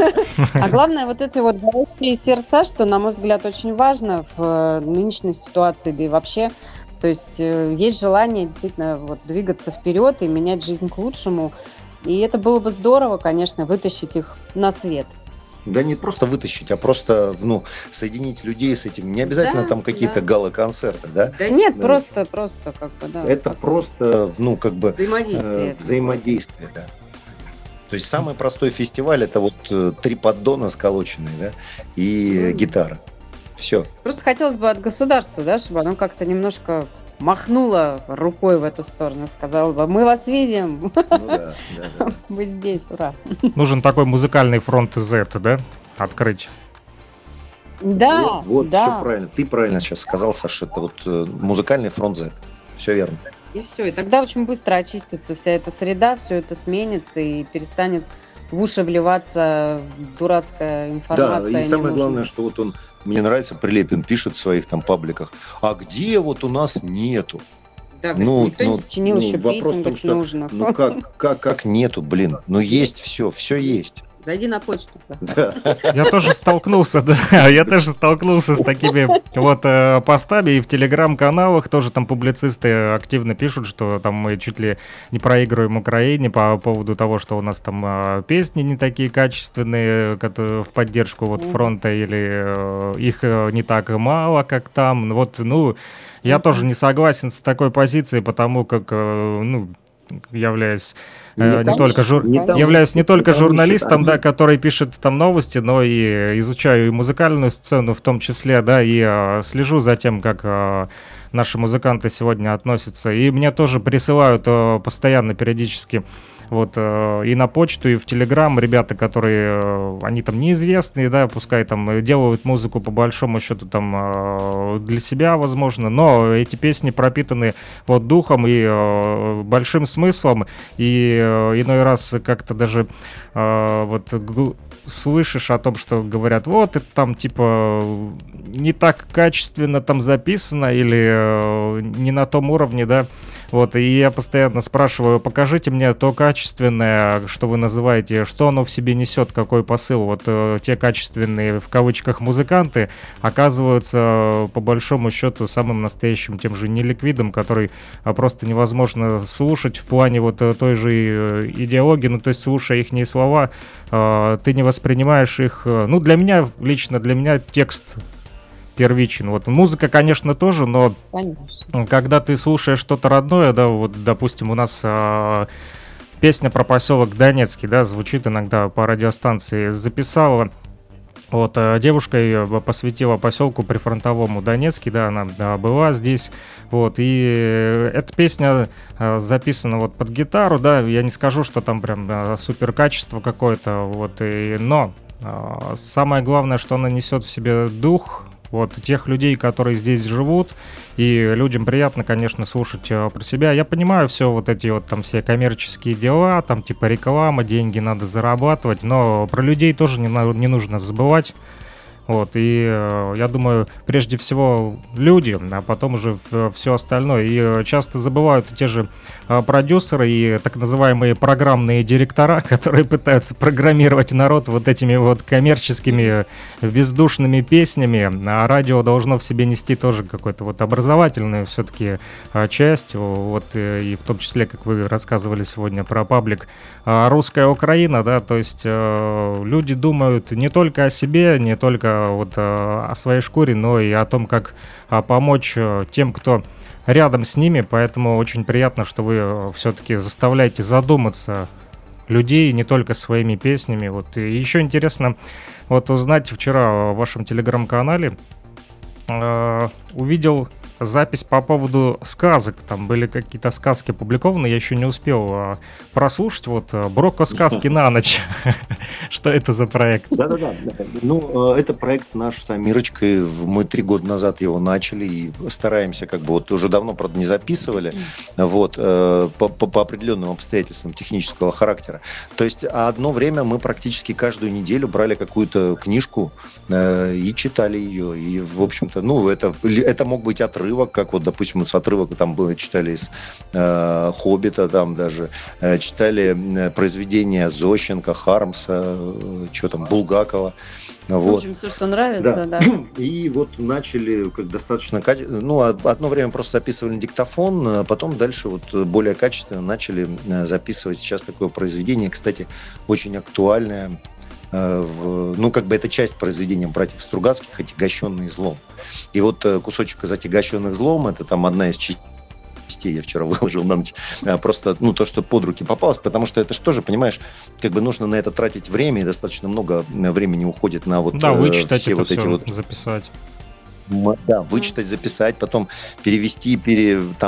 А главное, вот эти вот горячие сердца, что, на мой взгляд, очень важно в нынешней ситуации, да и вообще. То есть есть желание действительно вот двигаться вперед и менять жизнь к лучшему. И это было бы здорово, конечно, вытащить их на свет. Да не просто вытащить, а просто, ну, соединить людей с этим. Не обязательно Да, там какие-то да. гала-концерты, да? Да нет, Да. просто как бы, да. Это как просто, ну, как бы взаимодействие. взаимодействие, да. То есть самый простой фестиваль — это вот 3 поддона сколоченные, да, и гитара. Все. Просто хотелось бы от государства, да, чтобы оно как-то немножко махнуло рукой в эту сторону, сказала бы, мы вас видим, Ну да, да. мы здесь, ура. Нужен такой музыкальный фронт Z, да? Открыть. Да, Вот, да. все правильно. Ты правильно сейчас сказал, Саша, это вот музыкальный фронт Z. Все верно. И все. И тогда очень быстро очистится вся эта среда, все это сменится и перестанет в уши вливаться дурацкая Да, информация. и самое ненужная. главное, что вот он, мне нравится, Прилепин пишет в своих там пабликах, а где вот у нас нету? Да, говорит, Ну, никто не сочинил еще вопрос в песен, том, как что, нужно. ну как нету, блин, ну есть все есть. Зайди на почту. Я тоже столкнулся, да, я тоже столкнулся с такими вот постами и в телеграм-каналах тоже там публицисты активно пишут, что там мы чуть ли не проигрываем Украине по поводу того, что у нас там песни не такие качественные, которые в поддержку вот фронта, или их не так мало, как там. Вот, ну, я тоже не согласен с такой позицией, потому как, ну, являюсь являюсь не только журналистом, да, который пишет там новости, но и изучаю и музыкальную сцену в том числе, да, и слежу за тем, как наши музыканты сегодня относятся. И мне тоже присылают постоянно, периодически вот, и на почту, и в Телеграм ребята, которые, они там неизвестные, да, пускай там делают музыку по большому счету там для себя, возможно, но эти песни пропитаны вот духом и большим смыслом, и иной раз как-то даже вот слышишь о том, что говорят, вот это там типа не так качественно там записано или не на том уровне, да, вот, и я постоянно спрашиваю, покажите мне то качественное, что вы называете, что оно в себе несет, какой посыл. Вот те качественные, в кавычках, музыканты оказываются, по большому счету, самым настоящим тем же неликвидом, который просто невозможно слушать в плане вот той же идеологии, ну, то есть, слушая их слова, ты не воспринимаешь их, ну, для меня, лично для меня текст первичен. Вот музыка, конечно, тоже, но Конечно. когда ты слушаешь что-то родное, да, вот, допустим, у нас песня про поселок Донецкий, да, звучит иногда по радиостанции, записала. Вот, девушка ее посвятила поселку прифронтовому Донецкий, да, она была здесь, вот, и эта песня записана вот под гитару, да, я не скажу, что там прям супер качество какое-то, вот, но самое главное, что она несет в себе дух вот тех людей, которые здесь живут, и людям приятно, конечно, слушать про себя. Я понимаю все вот эти вот там все коммерческие дела, там типа реклама, деньги надо зарабатывать, но про людей тоже не нужно забывать. Вот, и я думаю, прежде всего люди, а потом уже все остальное. И часто забывают те же продюсеры и так называемые программные директора, которые пытаются программировать народ вот этими вот коммерческими бездушными песнями. А радио должно в себе нести тоже какую-то вот образовательную все-таки часть. Вот, и в том числе, как вы рассказывали сегодня про паблик «Русская Украина», да, то есть люди думают не только о себе, не только вот о своей шкуре, но и о том, как помочь тем, кто рядом с ними, поэтому очень приятно, что вы все-таки заставляете задуматься людей не только своими песнями. Вот, и еще интересно вот узнать, вчера в вашем телеграм-канале увидел запись по поводу сказок. Там были какие-то сказки опубликованы, я еще не успел прослушать. Вот Броко сказки на ночь. Что это за проект? Да-да-да. Ну, это проект наш с Амирочкой. Мы 3 года назад его начали и стараемся, как бы, вот уже давно, правда, не записывали, вот, по определенным обстоятельствам технического характера. То есть одно время мы практически каждую неделю брали какую-то книжку и читали ее. И, в общем-то, ну, это мог быть отрывок, как вот, допустим, с отрывок там было, читали из «Хоббита», там даже читали произведения Зощенко, Хармса, что там, Булгакова. Вот. В общем, все, что нравится, да. И вот начали как достаточно, ну, одно время просто записывали диктофон, а потом дальше вот более качественно начали записывать сейчас такое произведение, кстати, очень актуальное. Ну, как бы это часть произведения братьев Стругацких, «Отягощенные злом». И вот кусочек из «Отягощенных злом» — это там одна из частей, я вчера выложил на ночь, просто, ну, то, что под руки попалось, потому что это же тоже, понимаешь, как бы нужно на это тратить время, и достаточно много времени уходит на вот, да, вычитать все это вот все, эти вот... записать. Да, вычитать, записать, потом перевести, перекинуть,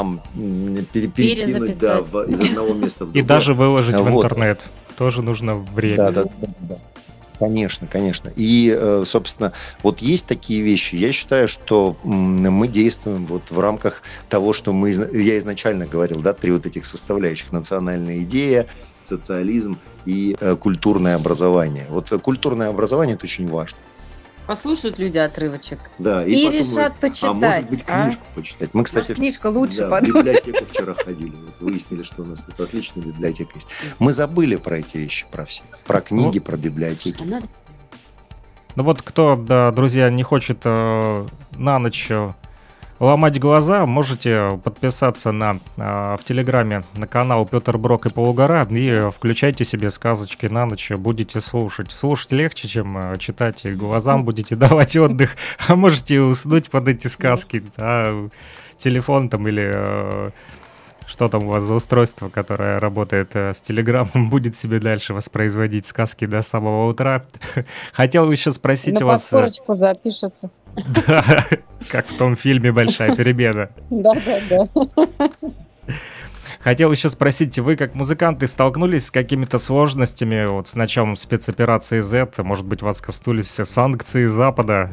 да, из одного места в другое. И даже выложить в Вот. интернет. Тоже нужно время. Да. Конечно, конечно. И, собственно, вот есть такие вещи. Я считаю, что мы действуем вот в рамках того, что я изначально говорил, да, 3 вот этих составляющих: национальная идея, социализм и культурное образование. Вот культурное образование — это очень важно. Послушают люди отрывочек. Да, И подумают, решат почитать, а может быть, а? книжку почитать. Мы, кстати, Книжка лучше, да, в подумай. библиотеку вчера ходили, вот, выяснили, что у нас тут отличная библиотека есть. Мы забыли про эти вещи, про все. Про книги, про библиотеки. Ну вот кто, да, друзья, не хочет на ночь ломать глаза, можете подписаться в Телеграме на канал Петр Брок и Полугора и включайте себе сказочки на ночь, будете слушать. Слушать легче, чем читать, и глазам будете давать отдых, а можете уснуть под эти сказки, а телефон там или... Что там у вас за устройство, которое работает с Телеграмом, будет себе дальше воспроизводить сказки до самого утра? Хотел еще спросить у вас... На подскорочку запишется. Да, как в том фильме «Большая перемена». Да. Хотел еще спросить, вы как музыканты столкнулись с какими-то сложностями вот с началом спецоперации Z? Может быть, вас коснулись все санкции Запада?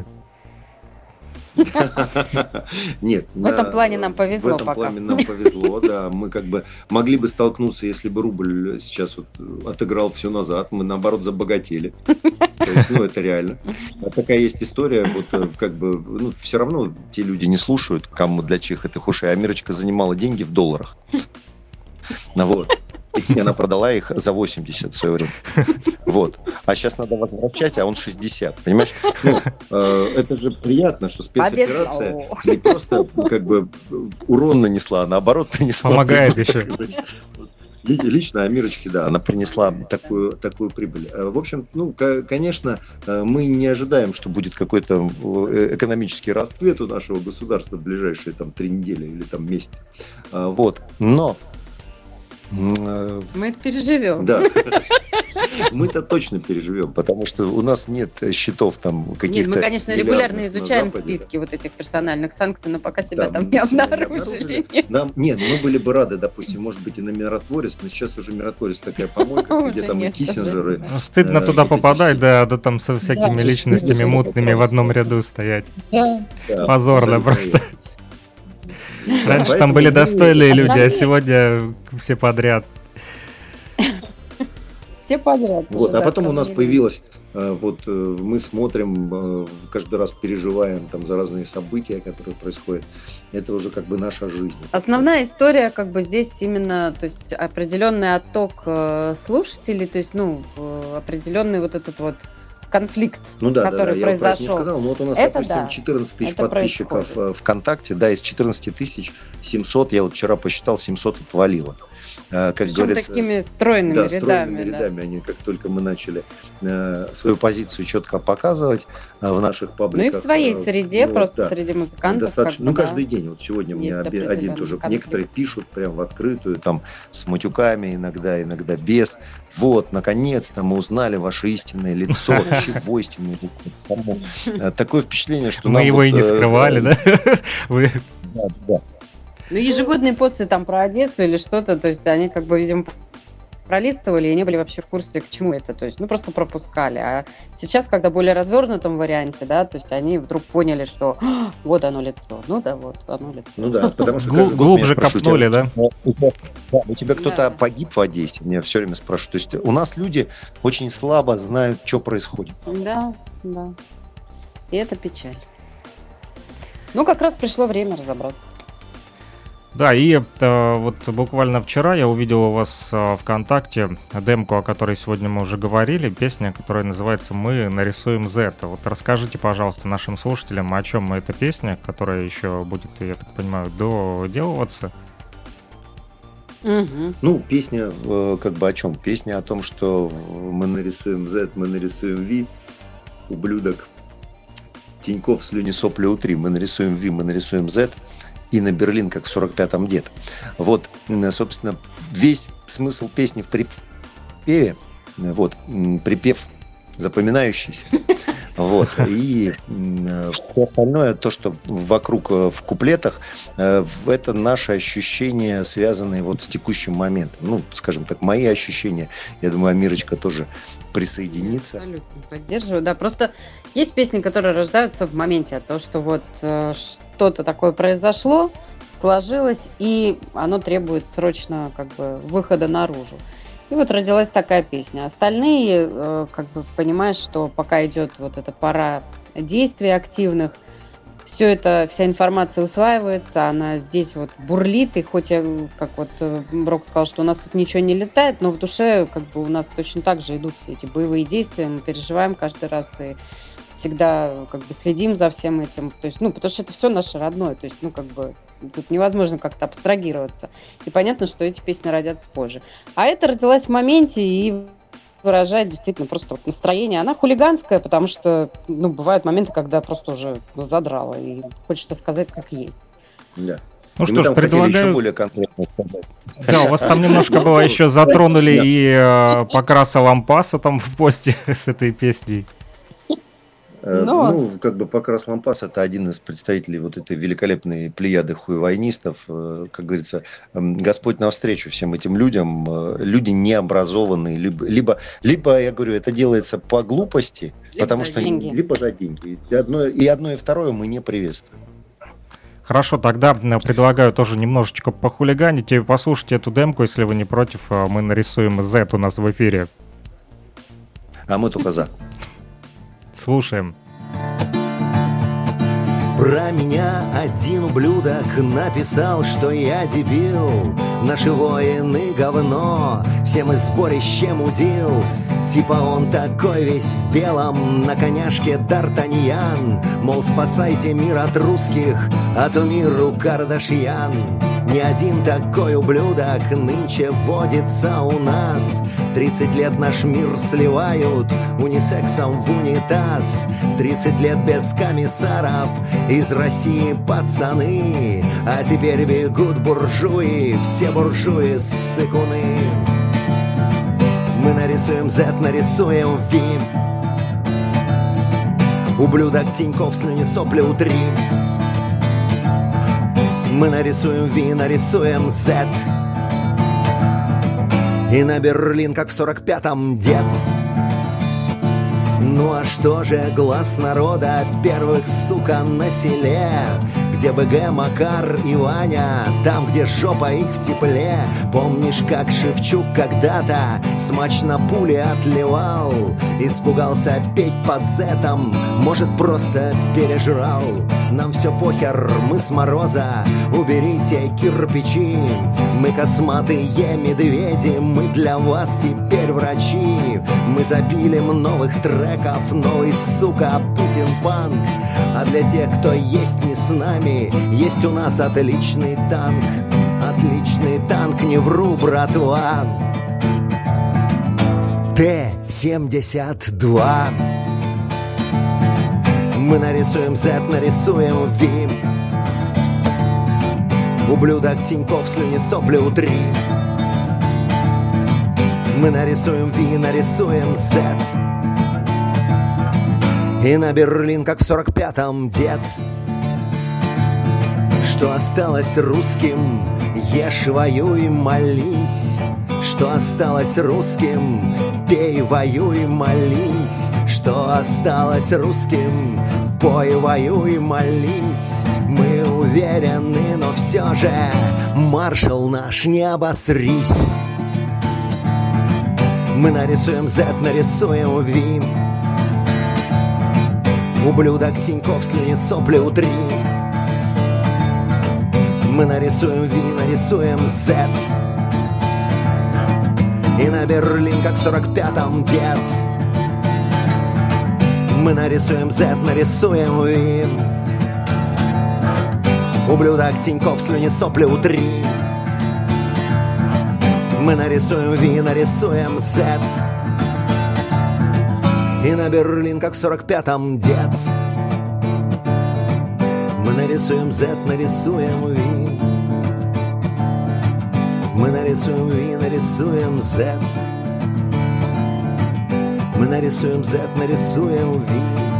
Нет. В этом плане нам повезло В этом пока. плане нам повезло, да. Мы как бы могли бы столкнуться, если бы рубль сейчас вот отыграл все назад. Мы, наоборот, забогатели. То есть, ну, это реально. А такая есть история, вот как бы, ну, все равно те люди не слушают, кому для чьих этих ушей. А Мирочка занимала деньги в долларах. Ну, вот. И она продала их за 80 в свое время. Вот. А сейчас надо возвращать, а он 60. Понимаешь? Ну, это же приятно, что спецоперация не просто как бы урон нанесла, а наоборот принесла. Помогает еще. Лично Амирочке, да, она принесла такую прибыль. В общем, ну, конечно, мы не ожидаем, что будет какой-то экономический расцвет у нашего государства в ближайшие там 3 недели или там месяц. Вот. Но Мы это переживем. да, мы-то точно переживем, потому что у нас нет счетов там каких-то. Нет, мы, конечно, миллиардных регулярно на изучаем Западе, списки вот этих персональных санкций, но пока себя да, там мы не себя обнаружили. Нет, мы были бы рады, допустим, может быть, и на миротворец, но сейчас уже миротворец такая помойка, где Уже там и нет, Киссинджеры. Ну, стыдно туда вот эти попадать, все. да там со всякими Да, личностями стыдно мутными в попасть. одном ряду стоять. Да. Да, Позорно абсолютно просто. верно. Раньше там Поэтому были мы- достойные люди, а Основные- сегодня все подряд. Все подряд. Вот, уже, а да, потом у нас проблемы. появилось, мы смотрим, каждый раз переживаем там за разные события, которые происходят. Это уже как бы наша жизнь. Основная история, как бы здесь именно, то есть определенный отток слушателей, то есть, ну, определенный вот этот вот конфликт, Ну да, который я про это не произошел. сказал, но вот у нас, Это допустим, да, 14 тысяч это подписчиков происходит. ВКонтакте, да, из 14 тысяч 700, я вот вчера посчитал, 700 отвалило. Как Причем говорится, такими стройными да, рядами. стройными да. рядами, они как только мы начали свою позицию четко показывать в наших пабликах. Ну и в своей среде, ну, просто да, среди музыкантов. достаточно, как бы, ну да. каждый день, вот сегодня мне Есть один определенный тоже, конфликт. некоторые пишут прям в открытую, там с матюками иногда без. Вот, наконец-то мы узнали ваше истинное лицо. Чего истинное лицо? Такое впечатление, что Мы нам его вот, и не скрывали, да? Вы- да. Ну, ежегодные посты там про Одессу или что-то, то есть они как бы, видимо, пролистывали и не были вообще в курсе, к чему это, то есть, ну, просто пропускали. А сейчас, когда более развернутом варианте, да, то есть они вдруг поняли, что вот оно лицо, ну да, вот оно лицо. Ну да, потому что Глубже каждый год меня спрашивают, копнули, да? У тебя кто-то Да. погиб в Одессе? Меня все время спрашивают. То есть у нас люди очень слабо знают, что происходит. Да, да. И это печаль. Ну, как раз пришло время разобраться. Да, и вот буквально вчера я увидел у вас ВКонтакте демку, о которой сегодня мы уже говорили, песня, которая называется «Мы нарисуем Z». Вот расскажите, пожалуйста, нашим слушателям, о чем эта песня, которая еще будет, я так понимаю, доделываться. Мгм. Ну, песня как бы о чем? Песня о том, что мы нарисуем Z, мы нарисуем V, ублюдок, Тиньков, слюни, сопли, утри. Мы нарисуем V, мы нарисуем Z, и на Берлин, как в 45-м дед. Вот, собственно, весь смысл песни в припеве, вот, припев запоминающийся. Вот. И все остальное, то, что вокруг в куплетах, это наши ощущения, связанные вот с текущим моментом. Ну, скажем так, мои ощущения. Я думаю, Амирочка тоже присоединится. Абсолютно поддерживаю. Да, просто есть песни, которые рождаются в моменте от того, что вот что-то такое произошло, сложилось, и оно требует срочно как бы выхода наружу. И вот родилась такая песня. Остальные, как бы понимаешь, что пока идет вот эта пора действий активных, все это, вся информация усваивается, она здесь вот бурлит, и хоть я, как вот Брок сказал, что у нас тут ничего не летает, но в душе как бы у нас точно так же идут все эти боевые действия, мы переживаем каждый раз и всегда как бы следим за всем этим, то есть, ну, потому что это все наше родное, то есть, ну, как бы тут невозможно как-то абстрагироваться. И понятно, что эти песни родятся позже. А это родилась в моменте и выражает действительно просто вот настроение. Она хулиганская, потому что, ну, бывают моменты, когда просто уже задрала, и хочется сказать, как есть. Да. Ну И что мы ж, там хотели еще предлагаю... более конкретно сказать. Да, у вас там немножко было еще затронули и Покраса Лампаса там в посте с этой песней. Но Ну, как бы Покрас Лампас — это один из представителей вот этой великолепной плеяды хуевойнистов. Как говорится, Господь навстречу всем этим людям. Люди необразованные, либо, я говорю, это делается по глупости, либо потому за что деньги. либо за деньги. И одно, и второе мы не приветствуем. Хорошо, тогда предлагаю тоже немножечко похулиганить и послушать эту демку, если вы не против. Мы нарисуем Z у нас в эфире. А мы только за. Слушаем. Про меня один ублюдок написал, что я дебил. Наши воины говно, все мы сборищем удил. Типа он такой весь в белом, на коняшке Д'Артаньян. Мол, спасайте мир от русских, а то миру Кардашьян. Ни один такой ублюдок нынче водится у нас. 30 лет наш мир сливают унисексом в унитаз. 30 лет без комиссаров, из России пацаны. А теперь бегут буржуи, все буржуи ссыкуны. Мы нарисуем Z, нарисуем V. Ублюдок Тиньков слюни сопли утри. Мы нарисуем V, нарисуем Z. И на Берлин, как в 45-м, дед. Ну а что же глаз народа первых, сука, на селе? Где БГ, Макар и Ваня, там, где жопа их в тепле. Помнишь, как Шевчук когда-то смачно пули отливал? Испугался петь под зетом, может, просто пережрал. Нам все похер, мы с мороза, уберите кирпичи. Мы косматые медведи, мы для вас теперь врачи. Мы запилим новых треков, новый, сука, Путин-панк. А для тех, кто есть не с нами, есть у нас отличный танк. Отличный танк, не вру, братва. Т-72. Мы нарисуем Z, нарисуем V. Ублюдок Тиньков слюни сопли утри. Мы нарисуем V, нарисуем Z. И на Берлин, как в 45-м, дед. Что осталось русским, ешь, воюй, молись. Что осталось русским, пей, воюй, молись. Что осталось русским, пой, воюй, молись. Мы уверены, но все же, маршал наш, не обосрись. Мы нарисуем Z, нарисуем V. Ублюдок Тиньков слюни сопли утри. Мы нарисуем V, нарисуем Z. И на Берлин, как в 45-м, дед. Мы нарисуем Z, нарисуем V. Ублюдок Тиньков слюни сопли утри. Мы нарисуем V, нарисуем Z. И на Берлин, как в 45-м, дед. Мы нарисуем Z, нарисуем V. Мы нарисуем V, нарисуем Z. Мы нарисуем Z, нарисуем V.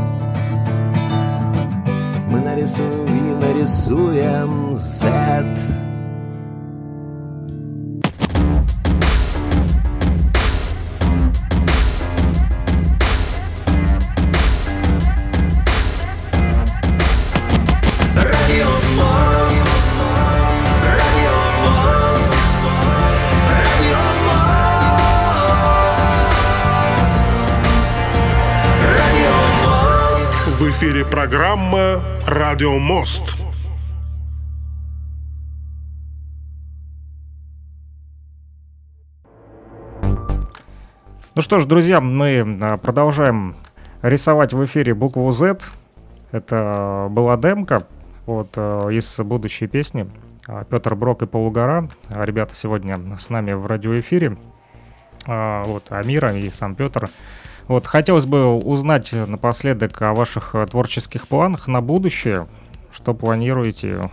Мы нарисуем V, нарисуем Z. В эфире программа «Радио Мост». Ну что ж, друзья, мы продолжаем рисовать в эфире букву Z. Это была демка вот, из будущей песни Петр Брок и Полугора. Ребята сегодня с нами в радиоэфире. Вот, Амира и сам Петр. Вот, хотелось бы узнать напоследок о ваших творческих планах на будущее. Что планируете?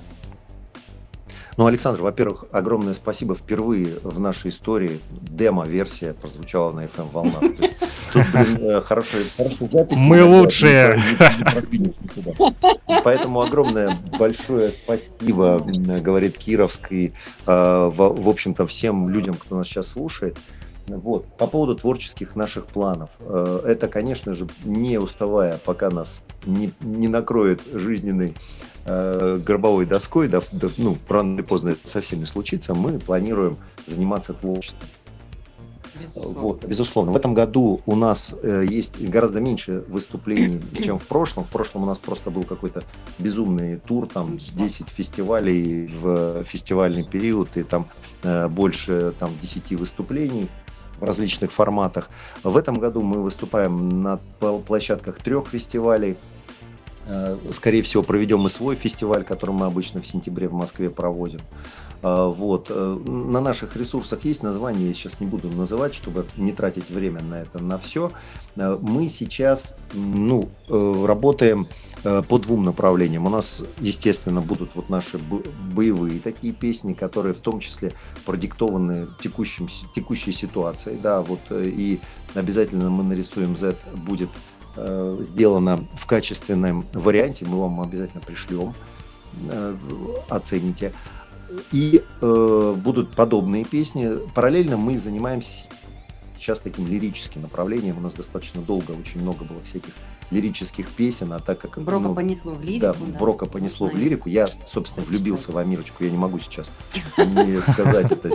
Ну, Александр, во-первых, огромное спасибо. Впервые в нашей истории демо-версия прозвучала на FM-волнах. Тут, хорошая запись. Мы лучшие. Не продвинется никуда. Поэтому огромное большое спасибо, говорит Кировский, в общем-то, всем людям, кто нас сейчас слушает. Вот. По поводу творческих наших планов. Это, конечно же, не уставая, пока нас не накроет жизненной гробовой доской, ну, рано или поздно это совсем не случится, мы планируем заниматься творчеством. Безусловно. Вот, безусловно. В этом году у нас есть гораздо меньше выступлений, чем в прошлом. В прошлом у нас просто был какой-то безумный тур, там 10 фестивалей в фестивальный период, и там больше 10 выступлений в различных форматах. В этом году мы выступаем на площадках 3 фестивалей. Скорее всего, проведем и свой фестиваль, который мы обычно в сентябре в Москве проводим. Вот. На наших ресурсах есть название, я сейчас не буду называть, чтобы не тратить время на это, на все. Мы сейчас работаем по 2 направлениям. У нас, естественно, будут вот наши боевые такие песни, которые в том числе продиктованы текущей ситуацией. Да, вот, и обязательно мы нарисуем Z будет сделано в качественном варианте, мы вам обязательно пришлем, оцените. И будут подобные песни. Параллельно мы занимаемся сейчас таким лирическим направлением. У нас достаточно долго, очень много было всяких лирических песен, а так как... Брока понесло в лирику. Да, Брока понесло в лирику. Я, собственно, влюбился в Амирочку. Я не могу сейчас не сказать это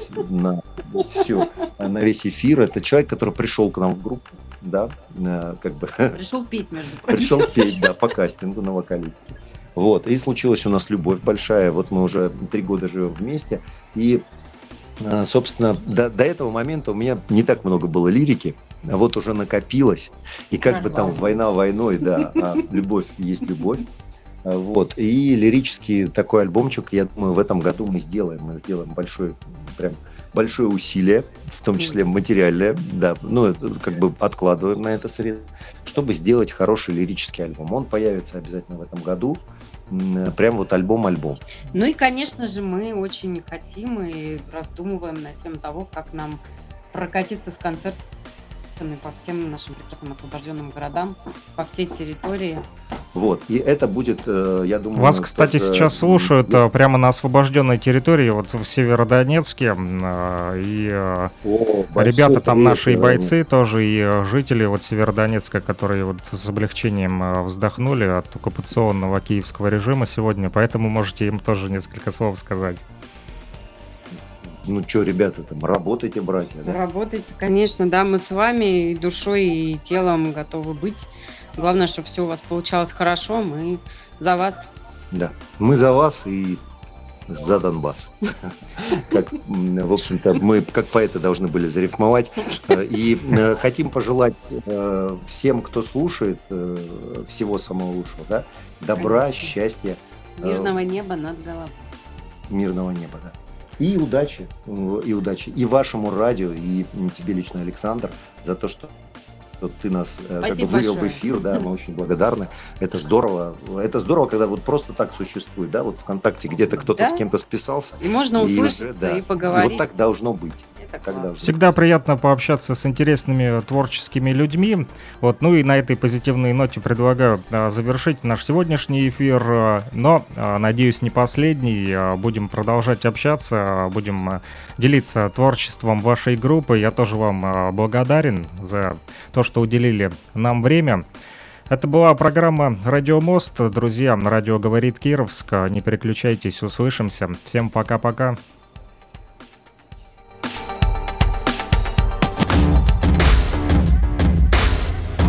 на весь эфир. Это человек, который пришел к нам в группу. Да, как бы... Пришел петь, между прочим. Пришел петь, да, по кастингу на вокалистке. Вот, и случилась у нас любовь большая. Вот мы уже 3 года живем вместе. И, собственно, до этого момента у меня не так много было лирики, а вот уже накопилось. И как бы там война войной, да, а любовь есть любовь. Вот, и лирический такой альбомчик, я думаю, в этом году мы сделаем. Мы сделаем большое усилие, в том числе материальное, да, как бы откладываем на это средства, чтобы сделать хороший лирический альбом. Он появится обязательно в этом году, прям вот альбом-альбом. Ну и, конечно же, мы очень хотим и раздумываем на тему того, как нам прокатиться с концертами по всем нашим прекрасным освобожденным городам, по всей территории. Вот, и это будет, я думаю... Вас, кстати, сейчас слушают прямо на освобожденной территории, вот в Северодонецке, и ребята там наши и бойцы тоже, и жители вот Северодонецка, которые вот с облегчением вздохнули от оккупационного киевского режима сегодня, поэтому можете им тоже несколько слов сказать. Ну что, ребята, там, работайте, братья. Да? Работайте, конечно, да, мы с вами и душой, и телом готовы быть. Главное, чтобы все у вас получалось хорошо, мы за вас. Да, мы за вас и за Донбасс. Как, в общем-то, мы как поэты должны были зарифмовать. И хотим пожелать всем, кто слушает, всего самого лучшего, да? Добра, счастья. Мирного неба над головой. Мирного неба, да. И удачи, и удачи. И вашему радио, и тебе лично, Александр, за то, что ты нас как бы вывел в эфир, да, мы очень благодарны. Это здорово. Это здорово, когда вот просто так существует, да, вот ВКонтакте где-то кто-то с кем-то списался. И можно услышаться и поговорить. И вот так должно быть. Всегда приятно пообщаться с интересными творческими людьми. Вот, ну и на этой позитивной ноте предлагаю завершить наш сегодняшний эфир. Но, надеюсь, не последний. Будем продолжать общаться, будем делиться творчеством вашей группы. Я тоже вам благодарен за то, что уделили нам время. Это была программа «Радио Мост». Друзья, радио говорит Кировск. Не переключайтесь, услышимся. Всем пока-пока.